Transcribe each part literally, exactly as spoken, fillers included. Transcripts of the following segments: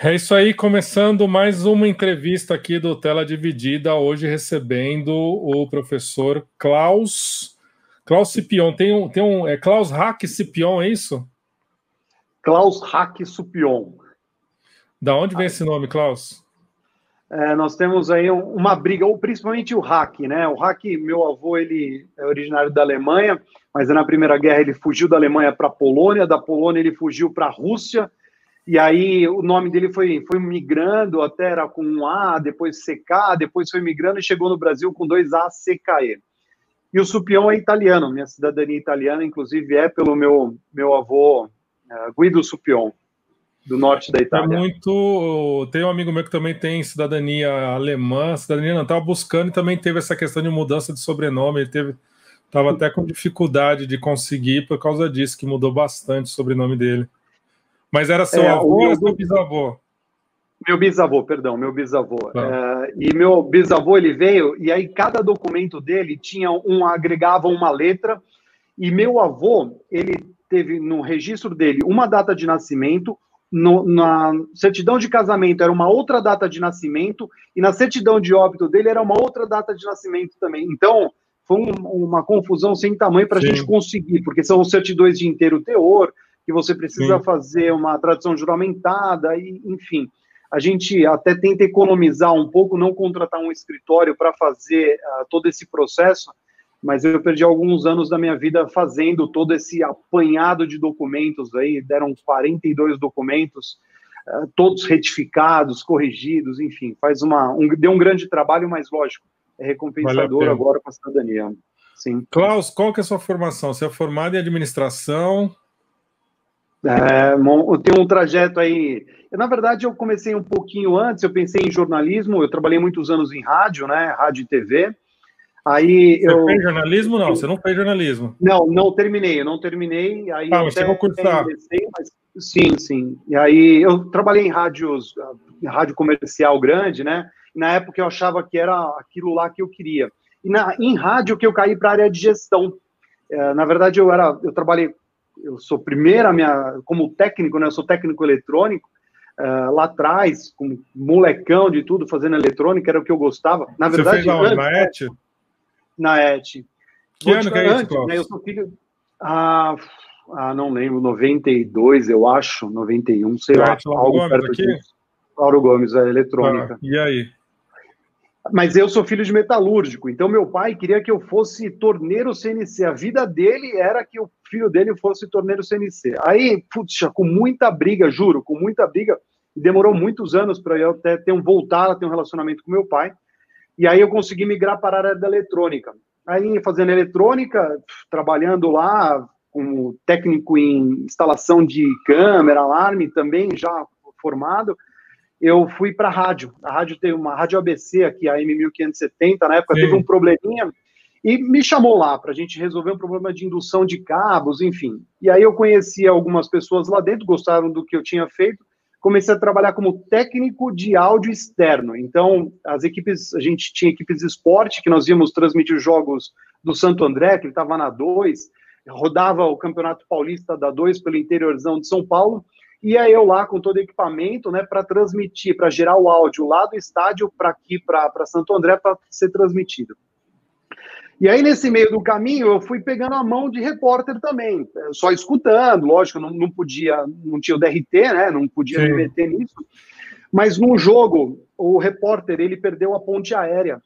É isso aí, começando mais uma entrevista aqui do Tela Dividida, hoje recebendo o professor Klaus, Klaus Cipion. Tem um, tem um, é Klaus Hack Cipion, é isso? Klaus Hack Cipion. Da onde vem esse nome, Klaus? É, nós temos aí uma briga, ou principalmente o Hack, né? O Hack, meu avô, ele é originário da Alemanha, mas na Primeira Guerra ele fugiu da Alemanha para a Polônia, da Polônia ele fugiu para a Rússia, e aí o nome dele foi, foi migrando, até era com um A, depois C K, depois foi migrando e chegou no Brasil com dois A, C K E. E o Cipion é italiano, minha cidadania italiana, inclusive, é pelo meu, meu avô, uh, Guido Cipion, do norte da Itália. É muito... Tem um amigo meu que também tem cidadania alemã, cidadania não, estava buscando e também teve essa questão de mudança de sobrenome, ele teve... Estava até com dificuldade de conseguir por causa disso, que mudou bastante o sobrenome dele. Mas era seu é, avô ou seu bisavô? Meu bisavô, perdão, meu bisavô. Ah. É, e meu bisavô, ele veio, e aí cada documento dele tinha um, agregava uma letra, e meu avô, ele teve no registro dele uma data de nascimento, no, na certidão de casamento era uma outra data de nascimento, e na certidão de óbito dele era uma outra data de nascimento também. Então, foi um, uma confusão sem tamanho para a gente conseguir, porque são certidões de inteiro teor, que você precisa Sim. fazer uma tradução juramentada, e, enfim. A gente até tenta economizar um pouco, não contratar um escritório para fazer uh, todo esse processo, mas eu perdi alguns anos da minha vida fazendo todo esse apanhado de documentos aí, deram quarenta e dois documentos, uh, todos retificados, corrigidos, enfim, faz uma, um, deu um grande trabalho, mas lógico, é recompensador vale agora com a cidadania. Sim. Klaus, qual que é a sua formação? Você é formado em administração? É, eu tenho um trajeto aí. Na verdade, eu comecei um pouquinho antes. Eu pensei em jornalismo. Eu trabalhei muitos anos em rádio, né? Rádio e T V. Aí você eu. fez jornalismo? Não, você não fez jornalismo. Não, não terminei. Eu não terminei. Aí ah, eu mas chegou a cursar. Mas... Sim, sim. E aí eu trabalhei em rádios, em rádio comercial grande, né? E na época eu achava que era aquilo lá que eu queria. E na, em rádio que eu caí para a área de gestão. É, na verdade, eu era, eu trabalhei. Eu sou primeira minha, como técnico, né? Eu sou técnico eletrônico, uh, lá atrás, como molecão de tudo, fazendo eletrônica, era o que eu gostava. Na Você verdade, fez aonde? Na E T? Na E T. Que ano que é antes, isso, né? Eu sou filho... Ah, ah, não lembro, noventa e dois, eu acho, noventa e um, sei Na lá. E T, Lauro algo Gomes perto aqui? disso. Lauro Gomes, é eletrônica. Ah, e aí? Mas eu sou filho de metalúrgico, então meu pai queria que eu fosse torneiro C N C. A vida dele era que o filho dele fosse torneiro C N C. Aí, puxa, com muita briga, juro, com muita briga, demorou muitos anos para eu até ter um, voltar a ter um relacionamento com meu pai. E aí eu consegui migrar para a área da eletrônica. Aí, fazendo eletrônica, trabalhando lá como técnico em instalação de câmera, alarme, também já formado, eu fui para a rádio. A rádio tem uma rádio A B C aqui, a M mil quinhentos e setenta, na época Sim. teve um probleminha, e me chamou lá para a gente resolver um problema de indução de cabos, enfim. E aí eu conheci algumas pessoas lá dentro, gostaram do que eu tinha feito, comecei a trabalhar como técnico de áudio externo. Então, as equipes, a gente tinha equipes de esporte, que nós íamos transmitir jogos do Santo André, que ele estava na dois, rodava o Campeonato Paulista da dois pelo interiorzão de São Paulo, ia eu lá com todo o equipamento, né, para transmitir, para gerar o áudio lá do estádio para aqui, para Santo André, para ser transmitido. E aí, nesse meio do caminho, eu fui pegando a mão de repórter também, só escutando, lógico, não, não podia, não tinha o D R T, né, não podia Sim. me meter nisso, mas num jogo, o repórter, ele perdeu a ponte aérea,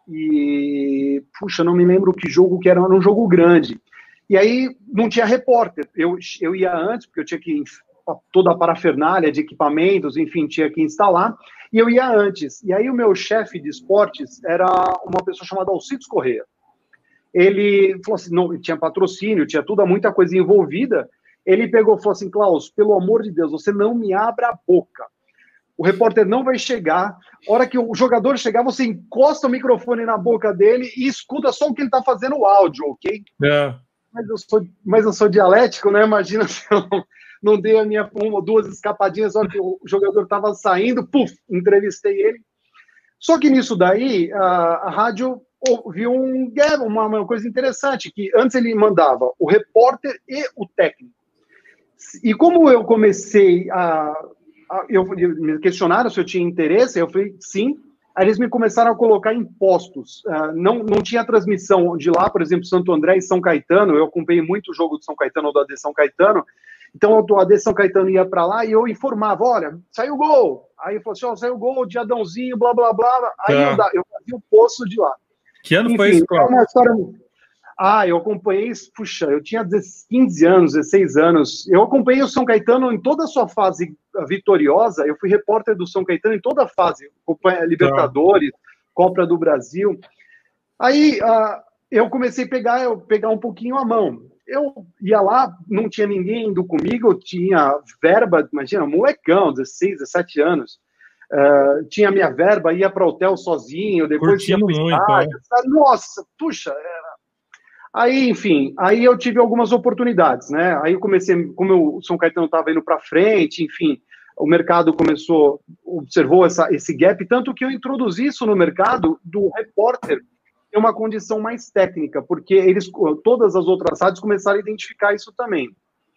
e, puxa, não me lembro que jogo que era, era um jogo grande, e aí não tinha repórter, eu, eu ia antes, porque eu tinha que toda a parafernália de equipamentos, enfim, tinha que instalar, e eu ia antes. E aí o meu chefe de esportes era uma pessoa chamada Alcides Corrêa. Ele falou assim, não, tinha patrocínio, tinha toda muita coisa envolvida, ele pegou e falou assim, Klaus, pelo amor de Deus, você não me abra a boca. O repórter não vai chegar, a hora que o jogador chegar, você encosta o microfone na boca dele e escuta só o que ele está fazendo o áudio, ok? É. Mas eu sou, mas eu sou dialético, né? Imagina se eu não, não dei a minha uma ou duas escapadinhas, na hora que o jogador estava saindo, puf, entrevistei ele. Só que nisso daí, a, a rádio viu um, uma, uma coisa interessante, que antes ele mandava o repórter e o técnico. E como eu comecei a eu, me questionaram se eu tinha interesse, eu falei sim. Aí eles me começaram a colocar em postos. Uh, não, não tinha transmissão de lá, por exemplo, Santo André e São Caetano. Eu acompanhei muito o jogo de São Caetano ou do A D São Caetano. Então, o A D São Caetano ia para lá e eu informava, olha, saiu o gol. Aí eu falei assim, ó, saiu o gol de Adãozinho, blá, blá, blá. Aí é. eu, eu fazia o poço de lá. Que ano Enfim, foi isso, Cláudio? É uma história... Ah, eu acompanhei, puxa, eu tinha quinze anos, dezesseis anos. Eu acompanhei o São Caetano em toda a sua fase vitoriosa. Eu fui repórter do São Caetano em toda a fase, Libertadores, tá. Copa do Brasil. Aí uh, eu comecei a pegar, eu pegar um pouquinho a mão. Eu ia lá, não tinha ninguém indo comigo, eu tinha verba, imagina, molecão, dezesseis, dezessete anos. Uh, tinha minha verba, ia para hotel sozinho, depois Curtindo ia muito, estádio, né? Nossa, puxa, era... Aí, enfim, aí eu tive algumas oportunidades, né? Aí eu comecei, como o São Caetano estava indo para frente, enfim, o mercado começou, observou essa, esse gap, tanto que eu introduzi isso no mercado do repórter em uma condição mais técnica, porque eles, todas as outras rádios começaram a identificar isso também.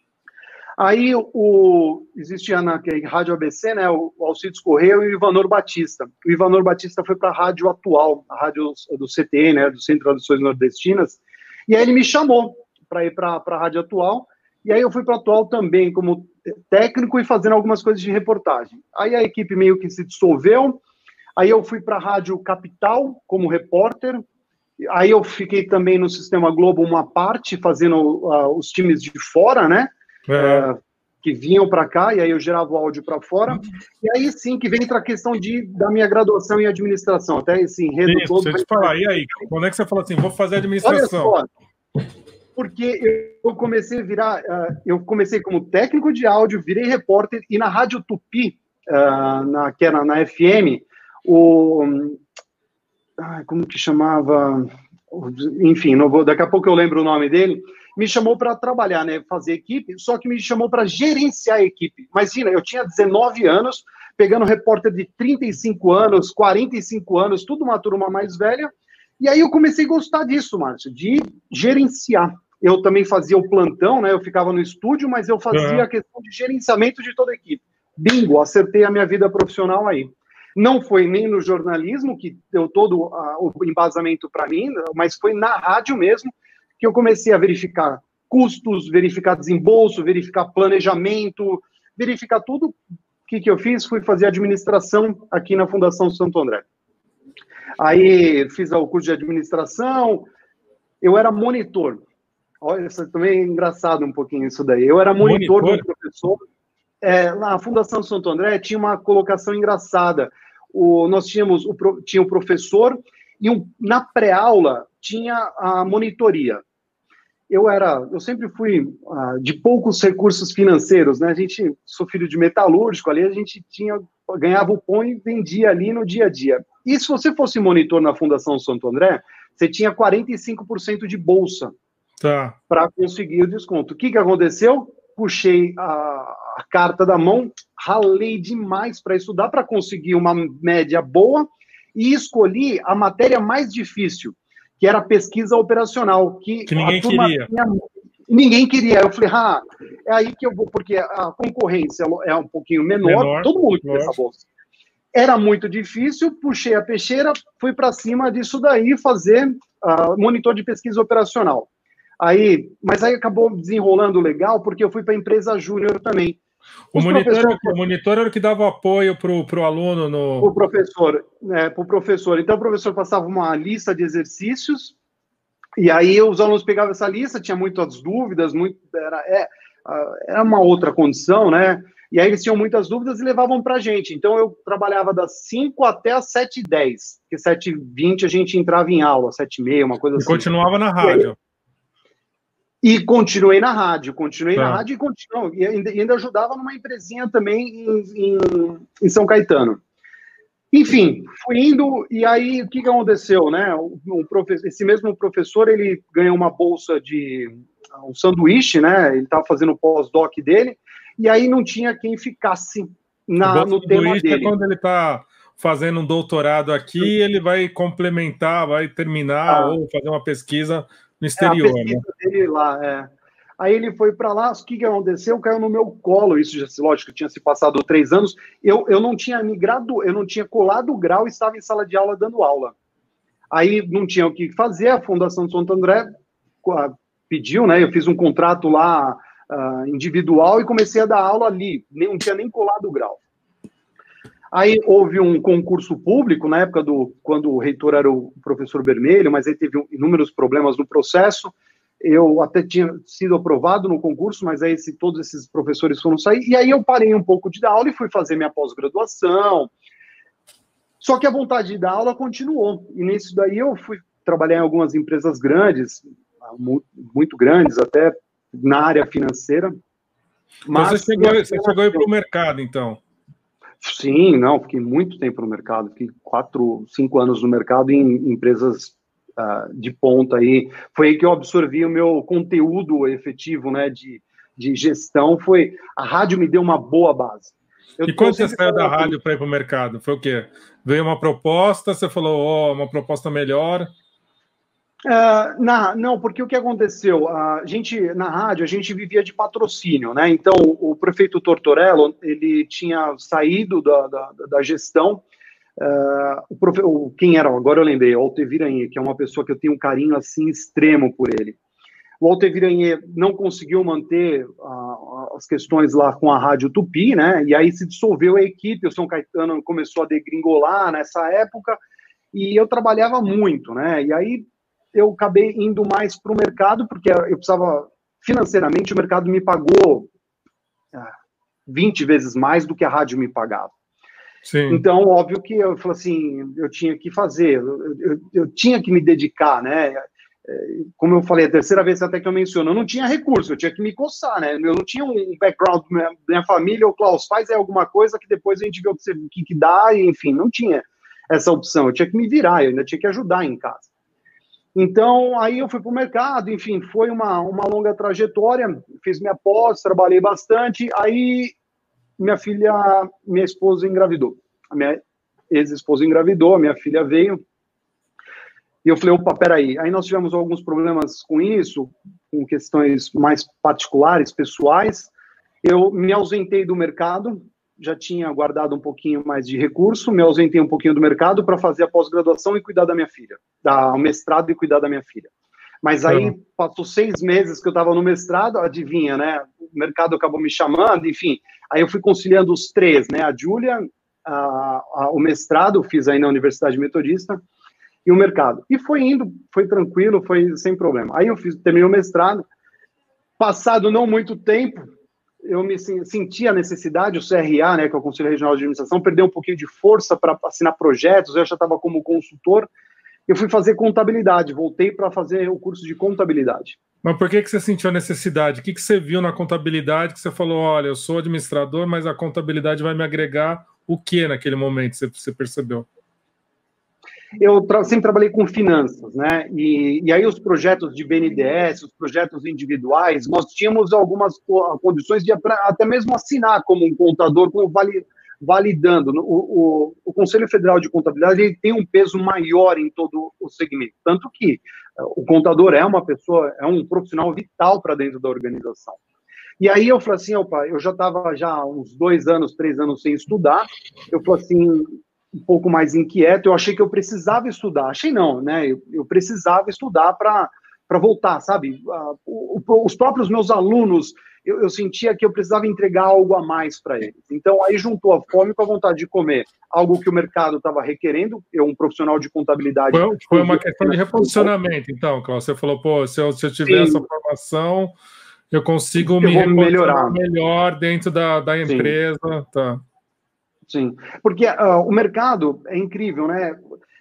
Aí o, existia na Rádio A B C, né, o Alcides Correia e o Ivanor Batista. O Ivanor Batista foi para a Rádio Atual, a rádio do C T E, né, do Centro de Traduções Nordestinas, e aí ele me chamou para ir para a Rádio Atual, e aí eu fui para a Atual também como técnico e fazendo algumas coisas de reportagem. Aí a equipe meio que se dissolveu, aí eu fui para a Rádio Capital como repórter, aí eu fiquei também no Sistema Globo uma parte, fazendo uh, os times de fora, né, é. uh, que vinham para cá, e aí eu gerava o áudio para fora, e aí sim que vem a questão de, da minha graduação em administração, até esse enredo Isso, todo. Deixa eu te falar, e aí, quando é que você falou assim, vou fazer administração? Olha só, porque eu comecei a virar, uh, eu comecei como técnico de áudio, virei repórter, e na Rádio Tupi, uh, na, que era na F M, o... Uh, como que chamava... Enfim, não vou, daqui a pouco eu lembro o nome dele, me chamou para trabalhar, né, fazer equipe, só que me chamou para gerenciar a equipe. Imagina, eu tinha dezenove anos, pegando repórter de trinta e cinco anos, quarenta e cinco anos, tudo uma turma mais velha, e aí eu comecei a gostar disso, Márcio, de gerenciar. Eu também fazia o plantão, né, eu ficava no estúdio, mas eu fazia uhum. a questão de gerenciamento de toda a equipe. Bingo, acertei a minha vida profissional aí. Não foi nem no jornalismo, que deu todo uh, o embasamento para mim, mas foi na rádio mesmo que eu comecei a verificar custos, verificar desembolso, verificar planejamento, verificar tudo. O que, que eu fiz? Fui fazer administração aqui na Fundação Santo André. Aí fiz o curso de administração, eu era monitor. Olha, isso também é engraçado um pouquinho isso daí. Eu era monitor, monitor? do professor. É, na Fundação Santo André tinha uma colocação engraçada. O, nós tínhamos o, tinha o professor e um, na pré-aula tinha a monitoria. Eu era, eu sempre fui uh, de poucos recursos financeiros, né? A gente, sou filho de metalúrgico, ali a gente tinha, ganhava o pão e vendia ali no dia a dia. E se você fosse monitor na Fundação Santo André, você tinha quarenta e cinco por cento de bolsa tá. para conseguir o desconto. O que, que aconteceu? Puxei a, a carta da mão, ralei demais para estudar, para conseguir uma média boa, e escolhi a matéria mais difícil, que era a pesquisa operacional, que, que ninguém a turma queria. Tinha, ninguém queria. Eu falei, ah, é aí que eu vou, porque a concorrência é um pouquinho menor, menor todo mundo queria essa bolsa. Era muito difícil, puxei a peixeira, fui para cima disso daí, fazer uh, monitor de pesquisa operacional. Aí, mas aí acabou desenrolando legal, porque eu fui para a empresa júnior também. O monitor, professor... o monitor era o que dava apoio para o aluno no... O professor, né, para o professor. Então, o professor passava uma lista de exercícios, e aí os alunos pegavam essa lista, tinha muitas dúvidas, muito, era, é, era uma outra condição, né? E aí eles tinham muitas dúvidas e levavam para a gente. Então, eu trabalhava das cinco até as sete e dez, porque sete e vinte a gente entrava em aula, sete e meia, uma coisa e assim. E continuava na rádio. E continuei na rádio, continuei tá. na rádio e continuo, e ainda, e ainda ajudava numa empresinha também em, em, em São Caetano. Enfim, fui indo, e aí o que, que aconteceu, né? O, o profe- esse mesmo professor, ele ganhou uma bolsa de um sanduíche, né? Ele estava fazendo o pós-doc dele, e aí não tinha quem ficasse na, no tema dele. É quando ele está fazendo um doutorado aqui, ele vai complementar, vai terminar, ah. ou fazer uma pesquisa no exterior, é, a pesquisa né? dele lá, é. Aí ele foi para lá, o que, que aconteceu? Caiu no meu colo, isso já, lógico, tinha se passado três anos, eu, eu não tinha migrado, eu não tinha colado o grau e estava em sala de aula dando aula. Aí não tinha o que fazer, a Fundação de Santo André pediu, né? Eu fiz um contrato lá uh, individual e comecei a dar aula ali, não tinha nem colado o grau. Aí houve um concurso público, na época do quando o reitor era o professor Vermelho, mas ele teve inúmeros problemas no processo. Eu até tinha sido aprovado no concurso, mas aí esse, todos esses professores foram sair, e aí eu parei um pouco de dar aula e fui fazer minha pós-graduação. Só que a vontade de dar aula continuou, e nisso daí eu fui trabalhar em algumas empresas grandes, muito grandes, até na área financeira. Mas você chegou, você chegou aí para o mercado, então? Sim, não, fiquei muito tempo no mercado, fiquei quatro, cinco anos no mercado em empresas uh, de ponta aí. Foi aí que eu absorvi o meu conteúdo efetivo, né, de, de gestão. Foi, a rádio me deu uma boa base. Eu e quando você saiu da rádio para ir para o mercado? Foi o quê? Veio uma proposta, você falou, ó, oh, uma proposta melhor? Uh, na, não, porque o que aconteceu? A gente, na rádio, a gente vivia de patrocínio, né? Então, o prefeito Tortorello, ele tinha saído da, da, da gestão. Uh, o profe, o, quem era? Agora eu lembrei, o Altevir Anhê, que é uma pessoa que eu tenho um carinho, assim, extremo por ele. O Altevir Anhê não conseguiu manter uh, as questões lá com a Rádio Tupi, né? E aí se dissolveu a equipe, o São Caetano começou a degringolar nessa época, e eu trabalhava muito, né? E aí eu acabei indo mais para o mercado, porque eu precisava, financeiramente, o mercado me pagou uh, vinte vezes mais do que a rádio me pagava. Sim. Então, óbvio que eu falei assim, eu tinha que fazer, eu, eu, eu tinha que me dedicar, né? Como eu falei, a terceira vez até que eu menciono, eu não tinha recurso, eu tinha que me coçar, né? Eu não tinha um background da minha família, o Klaus faz é alguma coisa que depois a gente vê o que, que, que dá, e, enfim, não tinha essa opção, eu tinha que me virar, eu ainda tinha que ajudar em casa. Então, aí eu fui para o mercado, enfim, foi uma, uma longa trajetória, fiz minha pós, trabalhei bastante, aí minha filha, minha esposa engravidou, a minha ex-esposa engravidou, a minha filha veio, e eu falei, opa, peraí, aí nós tivemos alguns problemas com isso, com questões mais particulares, pessoais, eu me ausentei do mercado, já tinha guardado um pouquinho mais de recurso, me ausentei um pouquinho do mercado para fazer a pós-graduação e cuidar da minha filha, dar o mestrado e cuidar da minha filha. Mas aí, uhum. passou seis meses que eu estava no mestrado, adivinha, né, o mercado acabou me chamando, enfim, aí eu fui conciliando os três, né, a Júlia, a, a, o mestrado, fiz aí na Universidade Metodista, e o mercado. E foi indo, foi tranquilo, foi sem problema. Aí eu fiz, terminei o mestrado, passado não muito tempo, eu me senti a necessidade, o C R A, né, que é o Conselho Regional de Administração, perdeu um pouquinho de força para assinar projetos, eu já estava como consultor, eu fui fazer contabilidade, voltei para fazer o curso de contabilidade. Mas por que, que você sentiu a necessidade? O que, que você viu na contabilidade que você falou, olha, eu sou administrador, mas a contabilidade vai me agregar o que naquele momento você, você percebeu? Eu tra sempre trabalhei com finanças, né? E, e aí os projetos de B N D E S, os projetos individuais, nós tínhamos algumas condições de até mesmo assinar como um contador, como vali validando. O, o, o Conselho Federal de Contabilidade ele tem um peso maior em todo o segmento, tanto que o contador é uma pessoa, é um profissional vital para dentro da organização. E aí eu falei assim, opa, eu já estava já uns dois anos, três anos sem estudar, eu falei assim, um pouco mais inquieto, eu achei que eu precisava estudar, achei não, né, eu, eu precisava estudar para para voltar, sabe, uh, o, os próprios meus alunos, eu, eu sentia que eu precisava entregar algo a mais para eles, então aí juntou a fome com a vontade de comer, algo que o mercado estava requerendo, eu um profissional de contabilidade... Foi, foi uma questão de reposicionamento, então, Klaus, você falou, pô, se eu, se eu tiver Sim. essa formação, eu consigo eu me reposicionar melhor dentro da, da empresa, Sim. tá... Sim, porque uh, o mercado é incrível, né?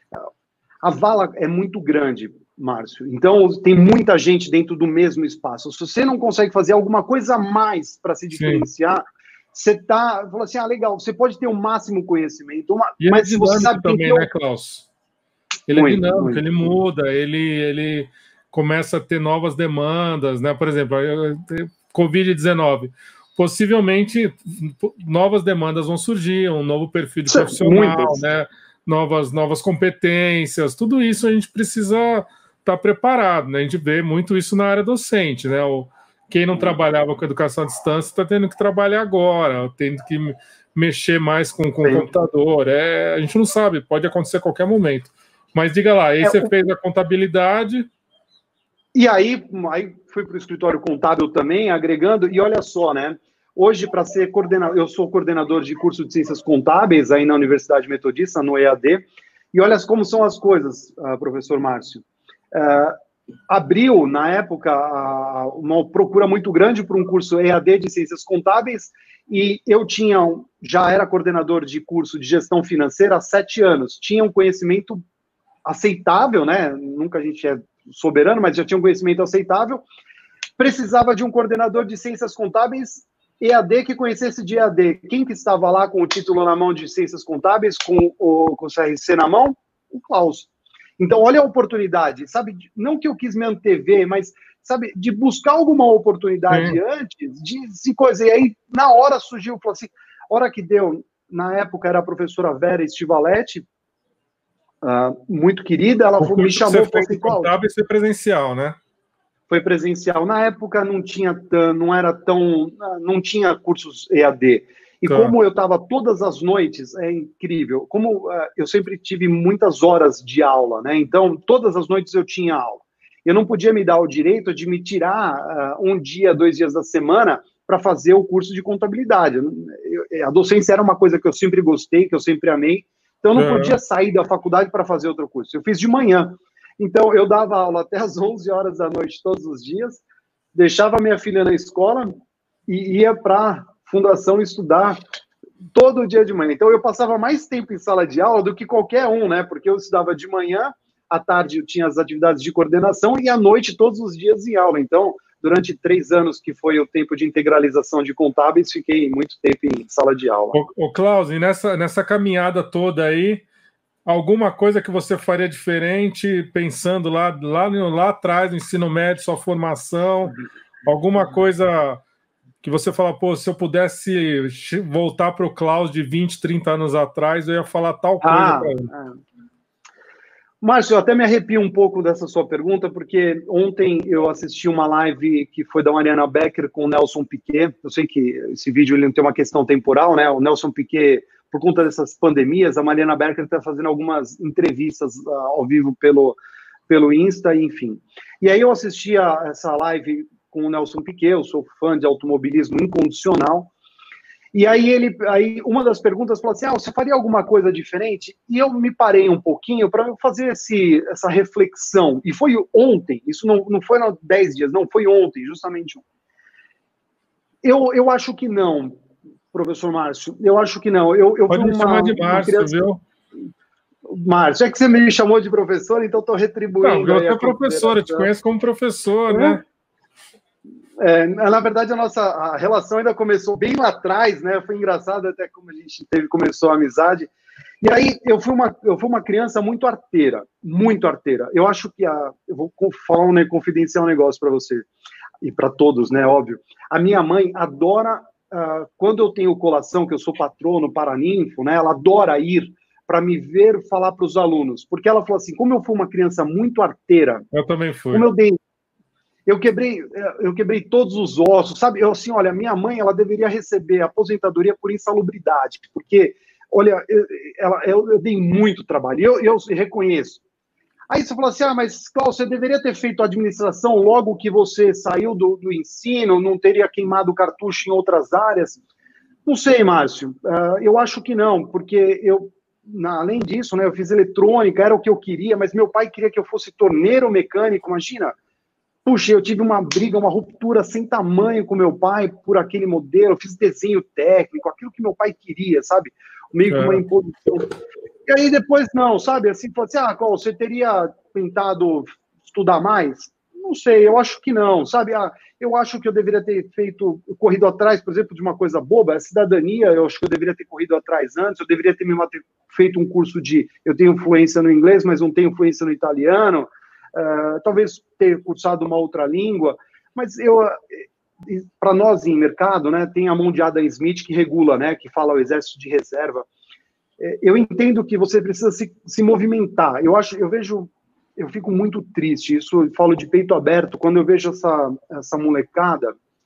A vala é muito grande, Márcio. Então, tem muita gente dentro do mesmo espaço. Se você não consegue fazer alguma coisa a mais para se diferenciar, Sim. você tá... Fala assim, ah, legal, você pode ter o máximo conhecimento, uma, e mas ele você sabe também, que... né, Klaus? Ele muito, é dinâmico, muito. ele muda, ele, ele começa a ter novas demandas, né? Por exemplo, Covid dezenove... possivelmente novas demandas vão surgir, um novo perfil de profissional, né? novas, novas competências, tudo isso a gente precisa estar preparado, né? A gente vê muito isso na área docente, né? O, quem não trabalhava com educação à distância está tendo que trabalhar agora, tendo que mexer mais com, com o computador. É, a gente não sabe, pode acontecer a qualquer momento. Mas diga lá, aí é, você o... fez a contabilidade. E aí, aí fui para o escritório contábil também, agregando, e olha só, né? Hoje, para ser coordenador, eu sou coordenador de curso de Ciências Contábeis aí na Universidade Metodista, no E A D, e olha como são as coisas, uh, professor Márcio. Uh, abriu, na época, uh, uma procura muito grande para um curso E A D de Ciências Contábeis, e eu tinha, já era coordenador de curso de Gestão Financeira há sete anos, tinha um conhecimento aceitável, né? Nunca a gente é soberano, mas já tinha um conhecimento aceitável. Precisava de um coordenador de Ciências Contábeis E A D que conhecesse de E A D. Quem que estava lá com o título na mão de Ciências Contábeis, com o, com o C R C na mão? O Klaus. Então, olha a oportunidade, sabe? Não que eu quis me antever, mas, sabe, de buscar alguma oportunidade Sim. antes, de se coisa. E aí, na hora surgiu, falou assim, hora que deu, na época era a professora Vera Stivaletti, uh, muito querida, ela falou, me chamou, falou assim, Contábeis foi presencial, né? Foi presencial. Na época não tinha, não era tão, não tinha cursos E A D. E tá. Como eu estava todas as noites, é incrível. Como uh, eu sempre tive muitas horas de aula, né? Então todas as noites eu tinha aula. Eu não podia me dar o direito de me tirar uh, um dia, dois dias da semana para fazer o curso de contabilidade. Eu, eu, a docência era uma coisa que eu sempre gostei, que eu sempre amei. Então eu não é. podia sair da faculdade para fazer outro curso. Eu fiz de manhã. Então, eu dava aula até as onze horas da noite todos os dias, deixava minha filha na escola e ia para a fundação estudar todo dia de manhã. Então, eu passava mais tempo em sala de aula do que qualquer um, né? Porque eu estudava de manhã, à tarde eu tinha as atividades de coordenação e à noite todos os dias em aula. Então, durante três anos, que foi o tempo de integralização de contábeis, fiquei muito tempo em sala de aula. Ô, ô Klaus, e nessa, nessa caminhada toda aí, alguma coisa que você faria diferente, pensando lá, lá, lá atrás, no ensino médio, sua formação, alguma coisa que você fala, pô, se eu pudesse voltar para o Klaus de vinte, trinta anos atrás, eu ia falar tal coisa ah, para ele. É. Márcio, eu até me arrepio um pouco dessa sua pergunta, porque ontem eu assisti uma live que foi da Mariana Becker com o Nelson Piquet. Eu sei que esse vídeo ele não tem uma questão temporal, né? O Nelson Piquet, por conta dessas pandemias, a Mariana Becker está fazendo algumas entrevistas uh, ao vivo pelo, pelo Insta, enfim. E aí eu assisti a essa live com o Nelson Piquet, eu sou fã de automobilismo incondicional, e aí ele, aí uma das perguntas falou assim, ah, você faria alguma coisa diferente? E eu me parei um pouquinho para fazer esse, essa reflexão, e foi ontem, isso não, não foi há dez dias, não, foi ontem, justamente ontem. Eu, eu acho que não, professor Márcio, eu acho que não. Eu, eu Pode fui me uma, chamar de Márcio, criança... viu? Márcio, é que você me chamou de professor, então estou retribuindo. Não, eu sou professor, eu te conheço como professor, é? né? É, na verdade, a nossa a relação ainda começou bem lá atrás, né? Foi engraçado até como a gente teve, começou a amizade. E aí, eu fui uma, eu fui uma criança muito arteira, muito arteira. Eu acho que a... Eu vou falar um né, confidencial um negócio para você, e para todos, né? Óbvio. A minha mãe adora... Uh, quando eu tenho colação, que eu sou patrono, paraninfo, né? Ela adora ir para me ver falar para os alunos. Porque ela falou assim, como eu fui uma criança muito arteira... Eu também fui. Como eu dei... Eu quebrei, eu quebrei todos os ossos, sabe? Eu, assim, olha, minha mãe, ela deveria receber aposentadoria por insalubridade, porque, olha, eu, ela, eu, eu dei muito trabalho, eu, eu reconheço. Aí você falou assim, ah, mas, Klaus, você deveria ter feito administração logo que você saiu do, do ensino, não teria queimado cartucho em outras áreas? Não sei, Márcio, uh, eu acho que não, porque eu, na, além disso, né, eu fiz eletrônica, era o que eu queria, mas meu pai queria que eu fosse torneiro mecânico, imagina. Puxa, eu tive uma briga, uma ruptura sem tamanho com meu pai por aquele modelo, eu fiz desenho técnico, aquilo que meu pai queria, sabe? Meio que uma imposição. E aí depois, não, sabe? Assim, falou assim, ah, qual, você teria tentado estudar mais? Não sei, eu acho que não, sabe? Ah, eu acho que eu deveria ter feito, corrido atrás, por exemplo, de uma coisa boba, a cidadania, eu acho que eu deveria ter corrido atrás antes, eu deveria ter me feito um curso de, eu tenho fluência no inglês, mas não tenho fluência no italiano, Uh, talvez ter cursado uma outra língua, mas eu, para nós em mercado, né, tem a mão de Adam Smith que regula, né, que fala o exército de reserva. Eu entendo que você precisa se, se movimentar. Eu acho, eu vejo, eu fico muito triste. Isso eu falo de peito aberto quando eu vejo essa essa molecada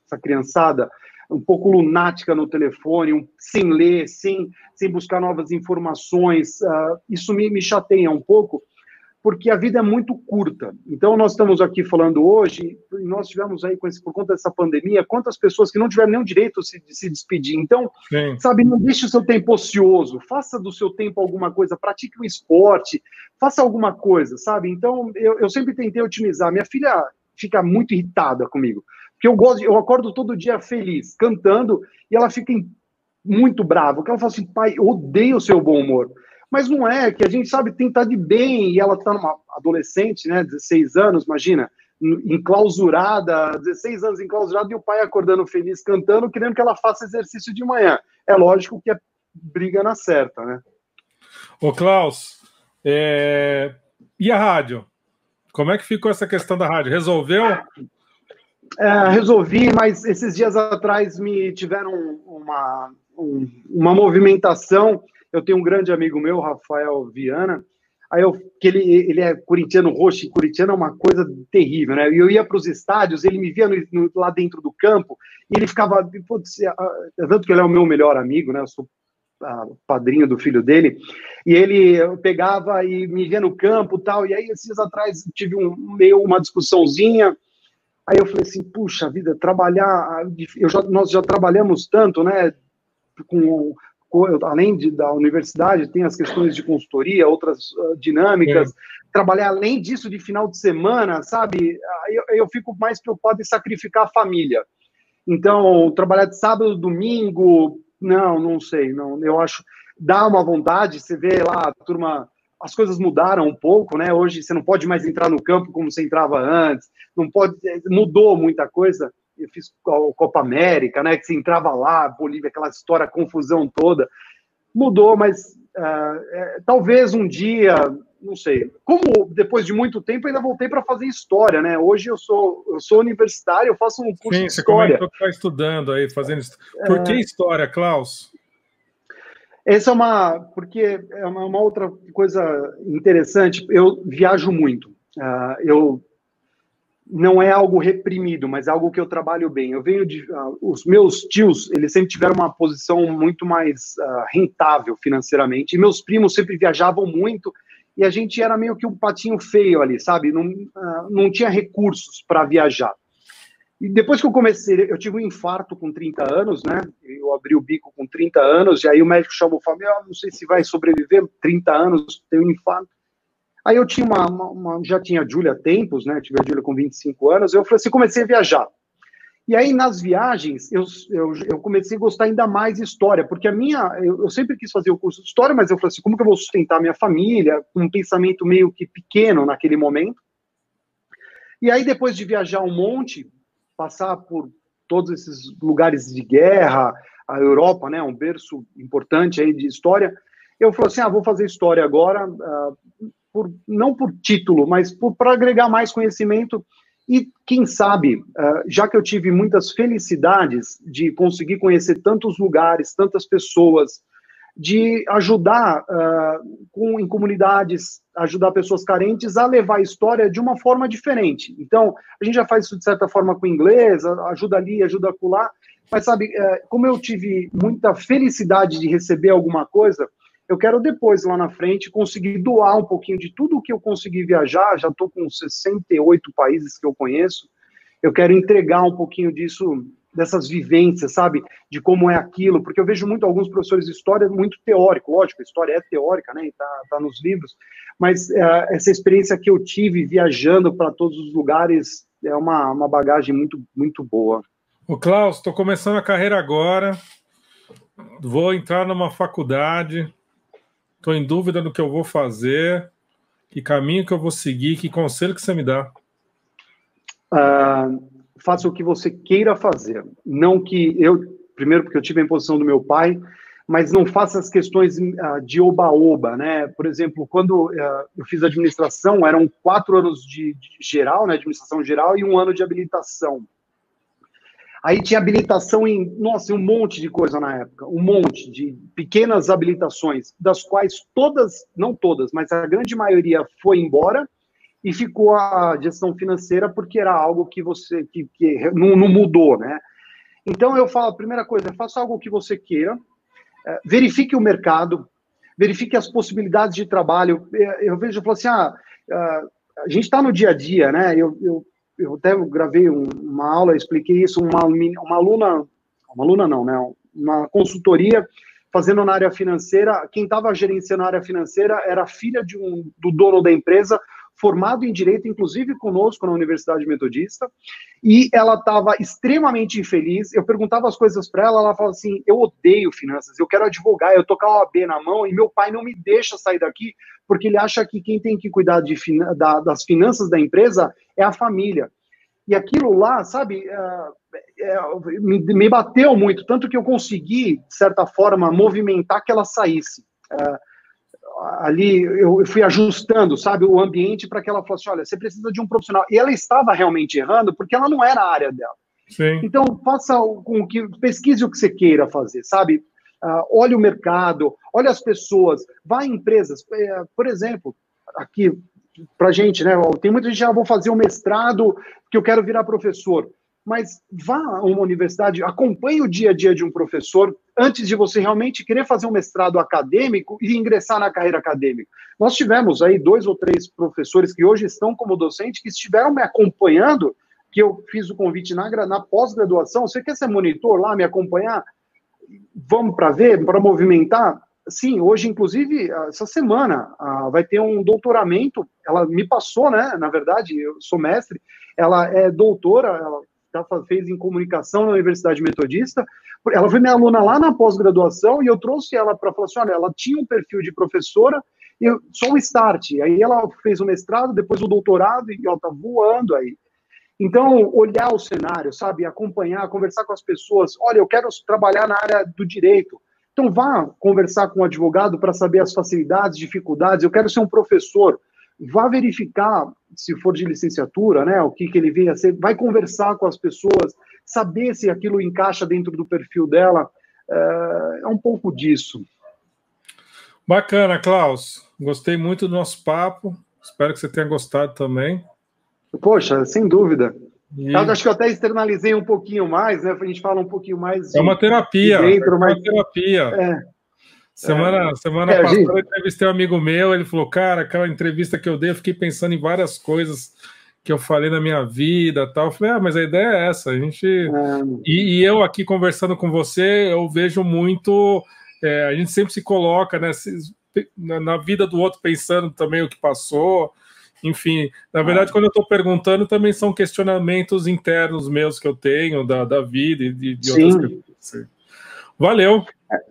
essa criançada um pouco lunática no telefone, um, sem ler, sem, sem buscar novas informações. Uh, isso me, me chateia um pouco, porque a vida é muito curta. Então, nós estamos aqui falando hoje, e nós tivemos aí, com esse, por conta dessa pandemia, quantas pessoas que não tiveram nenhum direito de se, de se despedir. Então, Sim. sabe, não deixe o seu tempo ocioso, faça do seu tempo alguma coisa, pratique um esporte, faça alguma coisa, sabe? Então, eu, eu sempre tentei otimizar. Minha filha fica muito irritada comigo, porque eu gosto, eu acordo todo dia feliz, cantando, e ela fica muito brava, porque ela fala assim, pai, eu odeio o seu bom humor. Mas não é, que a gente sabe tentar de bem, e ela está numa adolescente, né, dezesseis anos, imagina, enclausurada, dezesseis anos enclausurada, e o pai acordando feliz, cantando, querendo que ela faça exercício de manhã. É lógico que é briga na certa, né? Ô, Klaus, é... e a rádio? Como é que ficou essa questão da rádio? Resolveu? É, resolvi, mas esses dias atrás me tiveram uma, um, uma movimentação. Eu tenho um grande amigo meu, Rafael Viana, aí eu, que ele, ele é corintiano roxo, e corintiano é uma coisa terrível, né? Eu ia para os estádios, ele me via no, no, lá dentro do campo, e ele ficava, putz, tanto que ele é o meu melhor amigo, né? Eu sou a, padrinho do filho dele, e ele pegava e me via no campo e tal, e aí esses dias atrás tive um, meio uma discussãozinha, aí eu falei assim, puxa vida, trabalhar, eu já, nós já trabalhamos tanto, né, com... além de, da universidade, tem as questões de consultoria, outras uh, dinâmicas, é. Trabalhar além disso de final de semana, sabe, eu, eu fico mais preocupado em sacrificar a família. Então, trabalhar de sábado, domingo, não, não sei, não, eu acho, dá uma vontade, você vê lá, a turma, as coisas mudaram um pouco, né, hoje você não pode mais entrar no campo como você entrava antes, não pode, mudou muita coisa. Eu fiz a Copa América, né, que você entrava lá, Bolívia, aquela história, confusão toda, mudou, mas uh, é, talvez um dia, não sei, como depois de muito tempo ainda voltei para fazer história, né, hoje eu sou, eu sou universitário, eu faço um curso Sim, de história. Sim, você comentou que está estudando aí, fazendo história. Por que história, Klaus? Essa é uma, porque é uma, uma outra coisa interessante, eu viajo muito, uh, eu não é algo reprimido, mas é algo que eu trabalho bem. Eu venho de... Uh, os meus tios, eles sempre tiveram uma posição muito mais uh, rentável financeiramente, e meus primos sempre viajavam muito, e a gente era meio que um patinho feio ali, sabe? Não, uh, não tinha recursos para viajar. E depois que eu comecei, eu tive um infarto com trinta anos, né? Eu abri o bico com trinta anos, e aí o médico chamou e falou, ah, não sei se vai sobreviver, trinta anos, tem um infarto. Aí eu tinha uma, uma, uma, já tinha a Júlia há tempos, né? Tive a Júlia com vinte e cinco anos, eu falei assim, comecei a viajar. E aí, nas viagens, eu, eu, eu comecei a gostar ainda mais de história, porque a minha, eu, eu sempre quis fazer o curso de história, mas eu falei assim, como que eu vou sustentar a minha família, com um pensamento meio que pequeno naquele momento. E aí, depois de viajar um monte, passar por todos esses lugares de guerra, a Europa, né? Um berço importante aí de história, eu falei assim, ah, vou fazer história agora, uh, Por, não por título, mas para agregar mais conhecimento e, quem sabe, uh, já que eu tive muitas felicidades de conseguir conhecer tantos lugares, tantas pessoas, de ajudar uh, com, em comunidades, ajudar pessoas carentes a levar a história de uma forma diferente. Então, a gente já faz isso de certa forma com inglês, ajuda ali, ajuda acolá, mas sabe, uh, como eu tive muita felicidade de receber alguma coisa, eu quero depois, lá na frente, conseguir doar um pouquinho de tudo o que eu consegui viajar, já estou com sessenta e oito países que eu conheço, eu quero entregar um pouquinho disso, dessas vivências, sabe, de como é aquilo, porque eu vejo muito alguns professores de história muito teórico, lógico, a história é teórica, né, e tá, tá nos livros, mas uh, essa experiência que eu tive viajando para todos os lugares é uma, uma bagagem muito, muito boa. Ô, Klaus, estou começando a carreira agora, vou entrar numa faculdade, estou em dúvida do que eu vou fazer, que caminho que eu vou seguir, que conselho que você me dá? Uh, faça o que você queira fazer. Não que eu, primeiro porque eu tive a imposição do meu pai, mas não faça as questões uh, de oba-oba, né? Por exemplo, quando uh, eu fiz administração, eram quatro anos de, de geral, né, administração geral, e um ano de habilitação. Aí tinha habilitação em, nossa, um monte de coisa na época, um monte de pequenas habilitações, das quais todas, não todas, mas a grande maioria foi embora e ficou a gestão financeira porque era algo que você, que, que não, não mudou, né? Então eu falo, a primeira coisa, faça algo que você queira, é, verifique o mercado, verifique as possibilidades de trabalho. Eu vejo, eu falo assim, ah, a gente está no dia a dia, né? Eu, eu, eu até gravei um, uma aula, expliquei isso, uma, uma aluna, uma aluna não, né? Uma consultoria fazendo na área financeira. Quem estava gerenciando a área financeira era a filha de um, do dono da empresa, formado em Direito, inclusive conosco na Universidade Metodista, e ela estava extremamente infeliz. Eu perguntava as coisas para ela, ela falava assim, eu odeio finanças, eu quero advogar, eu tô com a O A B na mão, e meu pai não me deixa sair daqui, porque ele acha que quem tem que cuidar de, da, das finanças da empresa é a família. E aquilo lá, sabe, é, é, me, me bateu muito, tanto que eu consegui, de certa forma, movimentar que ela saísse. É, ali eu fui ajustando, sabe, o ambiente para que ela fosse, olha, você precisa de um profissional. E ela estava realmente errando porque ela não era a área dela. Sim. Então, faça com que, pesquise o que você queira fazer, sabe? Uh, olhe o mercado, olhe as pessoas, vá em empresas. Uh, por exemplo, aqui, pra gente, né, tem muita gente que ah, vou fazer um mestrado que eu quero virar professor. Mas vá a uma universidade, acompanhe o dia a dia de um professor antes de você realmente querer fazer um mestrado acadêmico e ingressar na carreira acadêmica. Nós tivemos aí dois ou três professores que hoje estão como docente, que estiveram me acompanhando, que eu fiz o convite na, na pós-graduação. Você quer ser monitor lá, me acompanhar? Vamos para ver, para movimentar? Sim, hoje, inclusive, essa semana, vai ter um doutoramento. Ela me passou, né? Na verdade, eu sou mestre, ela é doutora, ela fez em comunicação na Universidade Metodista. Ela foi minha aluna lá na pós-graduação e eu trouxe ela para falar assim, olha, ela tinha um perfil de professora, e eu, só o start. Aí ela fez o mestrado, depois o doutorado e ela está voando aí. Então, olhar o cenário, sabe, acompanhar, conversar com as pessoas. Olha, eu quero trabalhar na área do direito. Então, vá conversar com o advogado para saber as facilidades, dificuldades. Eu quero ser um professor. Vá verificar, se for de licenciatura, né, o que, que ele vem a ser, vai conversar com as pessoas, saber se aquilo encaixa dentro do perfil dela, é, é um pouco disso. Bacana, Klaus. Gostei muito do nosso papo, espero que você tenha gostado também. Poxa, sem dúvida. E... Eu acho que eu até externalizei um pouquinho mais, né, a gente fala um pouquinho mais de, é uma terapia, de dentro, é mas... uma terapia. É. Semana, é, semana é, passada gente... eu entrevistei um amigo meu, ele falou, cara, aquela entrevista que eu dei, eu fiquei pensando em várias coisas que eu falei na minha vida tal. Eu falei, ah, mas a ideia é essa, a gente... É... E, e eu aqui conversando com você, eu vejo muito, é, a gente sempre se coloca, né, na, na vida do outro, pensando também o que passou, enfim, na verdade, ah. quando eu estou perguntando, também são questionamentos internos meus que eu tenho, da, da vida e de, de outras coisas. Valeu!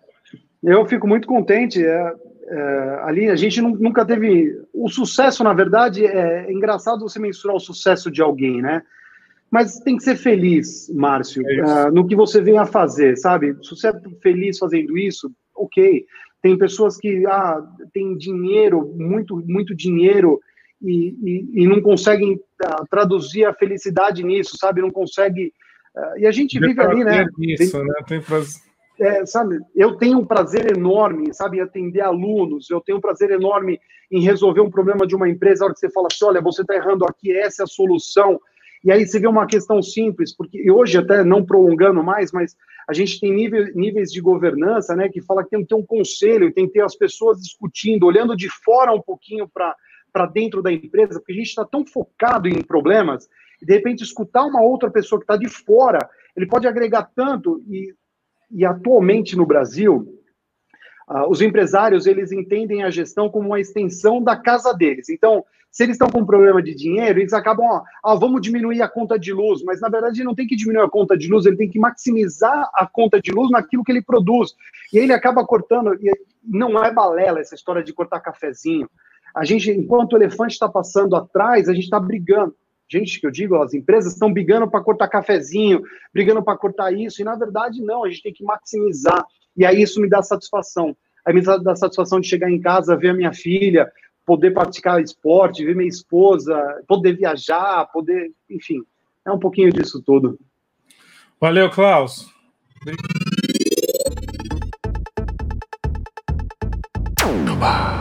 Eu fico muito contente. É, é, ali a gente nunca teve... O sucesso, na verdade, é, é engraçado você mensurar o sucesso de alguém, né? Mas tem que ser feliz, Márcio, é uh, no que você vem a fazer, sabe? Se você é feliz fazendo isso, ok. Tem pessoas que ah, têm dinheiro, muito, muito dinheiro, e, e, e não conseguem uh, traduzir a felicidade nisso, sabe? Não consegue... Uh, e a gente Tem vive ali, né? Nisso, tem, né? Tem prazer. É, sabe, eu tenho um prazer enorme, sabe, em atender alunos, eu tenho um prazer enorme em resolver um problema de uma empresa, a hora que você fala assim, olha, você está errando aqui, essa é a solução, e aí você vê uma questão simples, porque e hoje até não prolongando mais, mas a gente tem nível, níveis de governança, né, que fala que tem que ter um conselho, tem que ter as pessoas discutindo, olhando de fora um pouquinho para dentro da empresa, porque a gente está tão focado em problemas, e de repente escutar uma outra pessoa que está de fora, ele pode agregar tanto, e E atualmente no Brasil, uh, os empresários eles entendem a gestão como uma extensão da casa deles. Então, se eles estão com um problema de dinheiro, eles acabam, ó, ah, vamos diminuir a conta de luz, mas na verdade não tem que diminuir a conta de luz, ele tem que maximizar a conta de luz naquilo que ele produz. E aí ele acaba cortando, e não é balela essa história de cortar cafezinho. A gente, enquanto o elefante está passando atrás, a gente está brigando. Gente, que eu digo, as empresas estão brigando para cortar cafezinho, brigando para cortar isso, e na verdade não, a gente tem que maximizar, e aí isso me dá satisfação. Aí me dá satisfação de chegar em casa, ver a minha filha, poder praticar esporte, ver minha esposa, poder viajar, poder, enfim, é um pouquinho disso tudo. Valeu, Klaus. Oba.